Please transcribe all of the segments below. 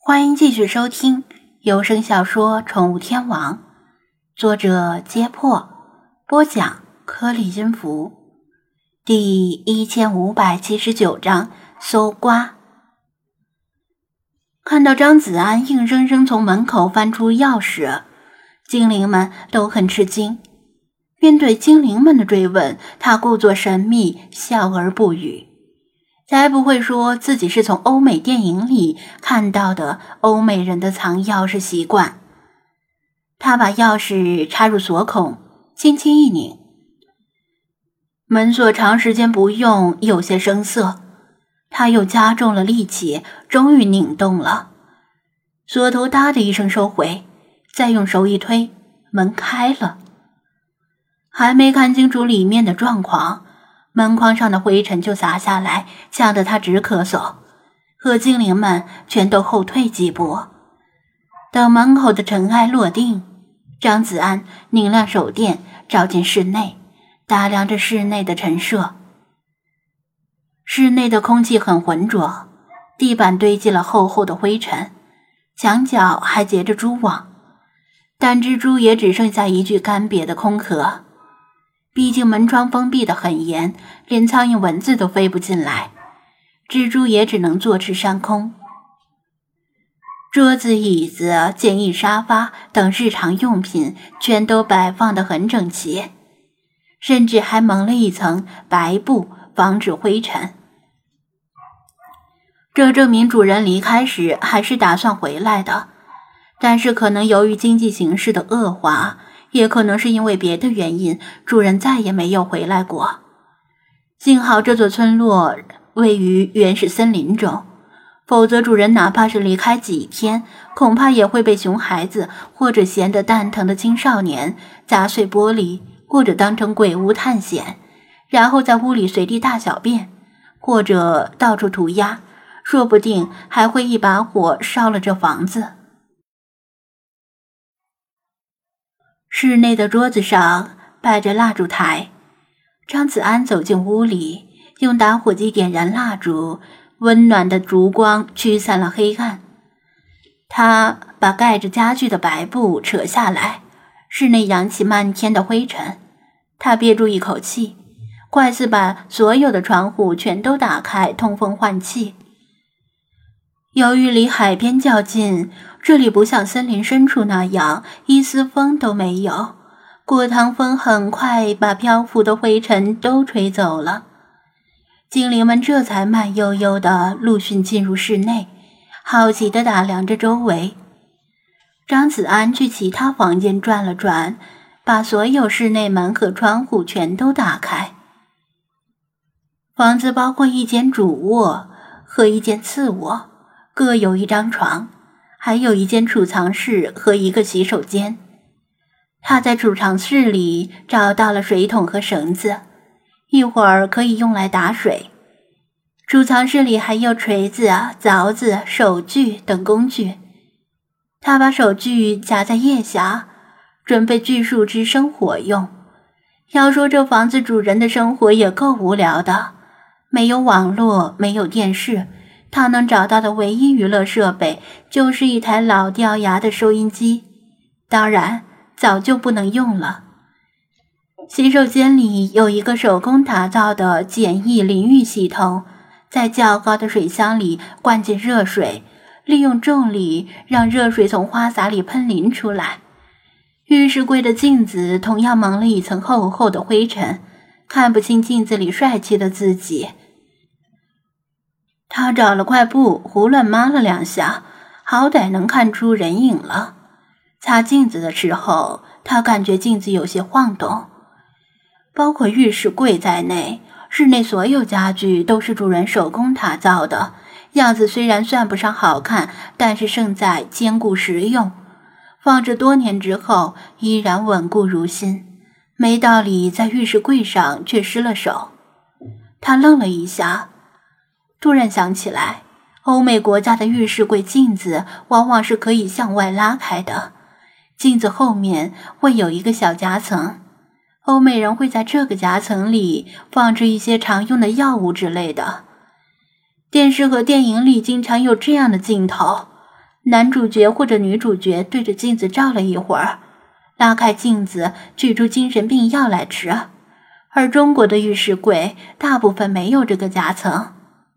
欢迎继续收听有声小说《宠物天王》，作者揭破，播讲颗粒音符，第1579章搜刮。看到张子安硬生生从门口翻出钥匙，精灵们都很吃惊。面对精灵们的追问，他故作神秘，笑而不语。才不会说自己是从欧美电影里看到的欧美人的藏钥匙习惯。他把钥匙插入锁孔，轻轻一拧，门锁长时间不用有些生涩，他又加重了力气，终于拧动了。锁头哒的一声收回，再用手一推，门开了。还没看清楚里面的状况，门框上的灰尘就洒下来，吓得他直咳嗽，和精灵们全都后退几步。等门口的尘埃落定，张子安拧亮手电，照进室内，打量着室内的陈设。室内的空气很浑浊，地板堆积了厚厚的灰尘，墙角还结着蛛网，但蜘蛛也只剩下一具干瘪的空壳。毕竟门窗封闭得很严，连苍蝇蚊子都飞不进来，蜘蛛也只能坐吃山空。桌子、椅子、简易沙发等日常用品全都摆放得很整齐，甚至还蒙了一层白布防止灰尘。这证明主人离开时还是打算回来的，但是可能由于经济形势的恶化，也可能是因为别的原因，主人再也没有回来过。幸好这座村落位于原始森林中，否则主人哪怕是离开几天，恐怕也会被熊孩子或者闲得蛋疼的青少年砸碎玻璃，或者当成鬼屋探险，然后在屋里随地大小便，或者到处涂鸦，说不定还会一把火烧了这房子。室内的桌子上摆着蜡烛台，张子安走进屋里，用打火机点燃蜡烛，温暖的烛光驱散了黑暗。他把盖着家具的白布扯下来，室内扬起漫天的灰尘。他憋住一口气，快似把所有的窗户全都打开，通风换气。由于离海边较近，这里不像森林深处那样一丝风都没有，过堂风很快把漂浮的灰尘都吹走了。精灵们这才慢悠悠地陆续进入室内，好奇地打量着周围。张子安去其他房间转了转，把所有室内门和窗户全都打开。房子包括一间主卧和一间次卧，各有一张床，还有一间储藏室和一个洗手间。他在储藏室里找到了水桶和绳子，一会儿可以用来打水。储藏室里还有锤子、凿子、手锯等工具。他把手锯夹在腋下，准备锯树枝生火用。要说这房子主人的生活也够无聊的，没有网络，没有电视，他能找到的唯一娱乐设备就是一台老掉牙的收音机，当然早就不能用了。洗手间里有一个手工打造的简易淋浴系统，在较高的水箱里灌进热水，利用重力让热水从花洒里喷淋出来。浴室柜的镜子同样蒙了一层厚厚的灰尘，看不清镜子里帅气的自己。他找了块布胡乱抹了两下，好歹能看出人影了。擦镜子的时候，他感觉镜子有些晃动。包括浴室柜在内，室内所有家具都是主人手工打造的，样子虽然算不上好看，但是胜在坚固实用，放置多年之后依然稳固如新，没道理在浴室柜上却失了手。他愣了一下，突然想起来，欧美国家的浴室柜镜子往往是可以向外拉开的，镜子后面会有一个小夹层，欧美人会在这个夹层里放置一些常用的药物之类的。电视和电影里经常有这样的镜头， 男主角或者女主角对着镜子照了一会儿，拉开镜子，取出精神病药来吃，而中国的浴室柜大部分没有这个夹层。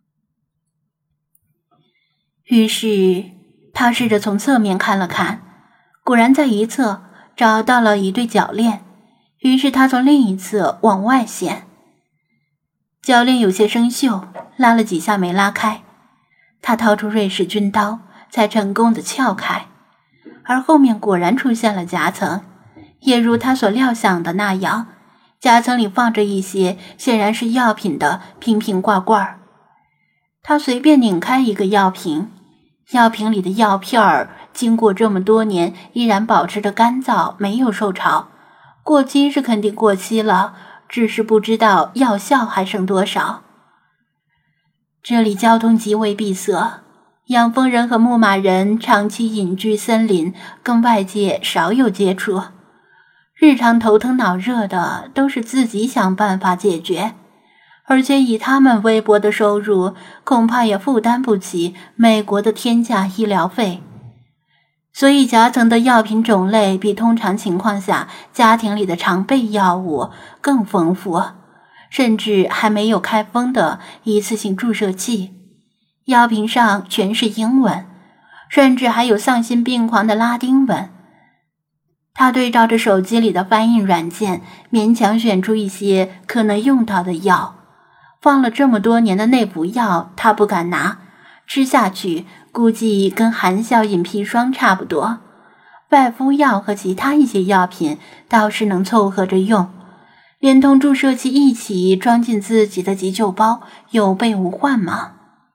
于是他试着从侧面看了看，果然在一侧找到了一对铰链，于是他从另一侧往外掀，铰链有些生锈，拉了几下没拉开，他掏出瑞士军刀才成功的撬开，而后面果然出现了夹层，也如他所料想的那样，夹层里放着一些显然是药品的瓶瓶罐罐。他随便拧开一个药瓶，药瓶里的药片儿经过这么多年依然保持着干燥，没有受潮。过期是肯定过期了，只是不知道药效还剩多少。这里交通极为闭塞，养蜂人和牧马人长期隐居森林，跟外界少有接触，日常头疼脑热的都是自己想办法解决，而且以他们微薄的收入，恐怕也负担不起美国的天价医疗费。所以夹层的药品种类比通常情况下家庭里的常备药物更丰富，甚至还没有开封的一次性注射器。药瓶上全是英文，甚至还有丧心病狂的拉丁文。他对照着手机里的翻译软件，勉强选出一些可能用到的药。放了这么多年的内服药他不敢拿，吃下去估计跟含笑饮砒霜差不多。外敷药和其他一些药品倒是能凑合着用，连同注射器一起装进自己的急救包，有备无患嘛。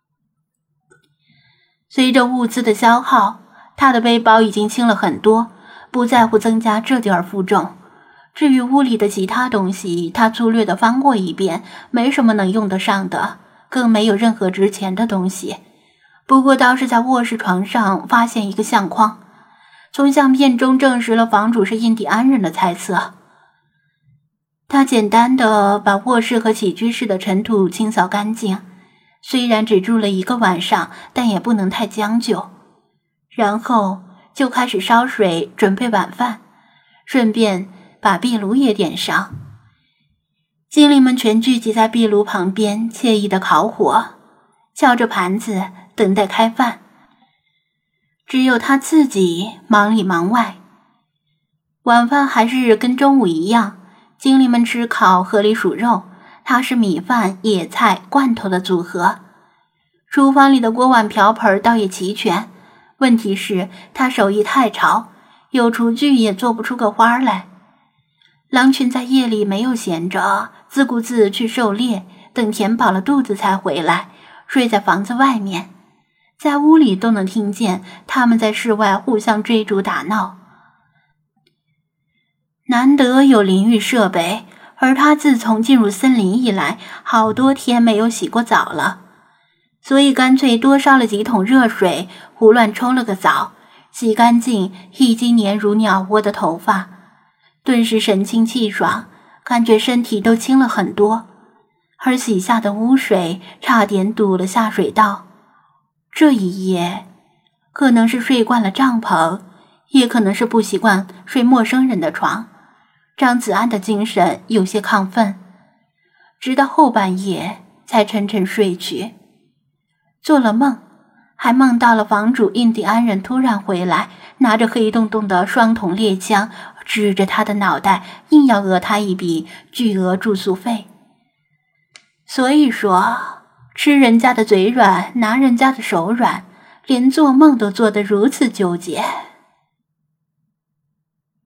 随着物资的消耗，他的背包已经轻了很多，不在乎增加这点负重。至于屋里的其他东西，他粗略地翻过一遍，没什么能用得上的，更没有任何值钱的东西。不过倒是在卧室床上发现一个相框，从相片中证实了房主是印第安人的猜测。他简单地把卧室和起居室的尘土清扫干净，虽然只住了1个晚上，但也不能太将就。然后就开始烧水准备晚饭，顺便把壁炉也点上。精灵们全聚集在壁炉旁边，惬意的烤火，敲着盘子等待开饭。只有他自己忙里忙外。晚饭还是跟中午一样，精灵们吃烤河狸鼠肉，它是米饭、野菜、罐头的组合。厨房里的锅碗瓢盆倒也齐全，问题是他手艺太潮，有厨具也做不出个花来。狼群在夜里没有闲着，自顾自去狩猎，等填饱了肚子才回来，睡在房子外面。在屋里都能听见他们在室外互相追逐打闹。难得有淋浴设备，而他自从进入森林以来，好多天没有洗过澡了，所以干脆多烧了几桶热水，胡乱冲了个澡，洗干净已经黏如鸟窝的头发，顿时神清气爽，感觉身体都轻了很多，而洗下的污水差点堵了下水道。这一夜可能是睡惯了帐篷，也可能是不习惯睡陌生人的床，张子安的精神有些亢奋，直到后半夜才沉沉睡去。做了梦，还梦到了房主印第安人突然回来，拿着黑洞洞的双筒猎枪指着他的脑袋，硬要讹他一笔巨额住宿费。所以说，吃人家的嘴软，拿人家的手软，连做梦都做得如此纠结。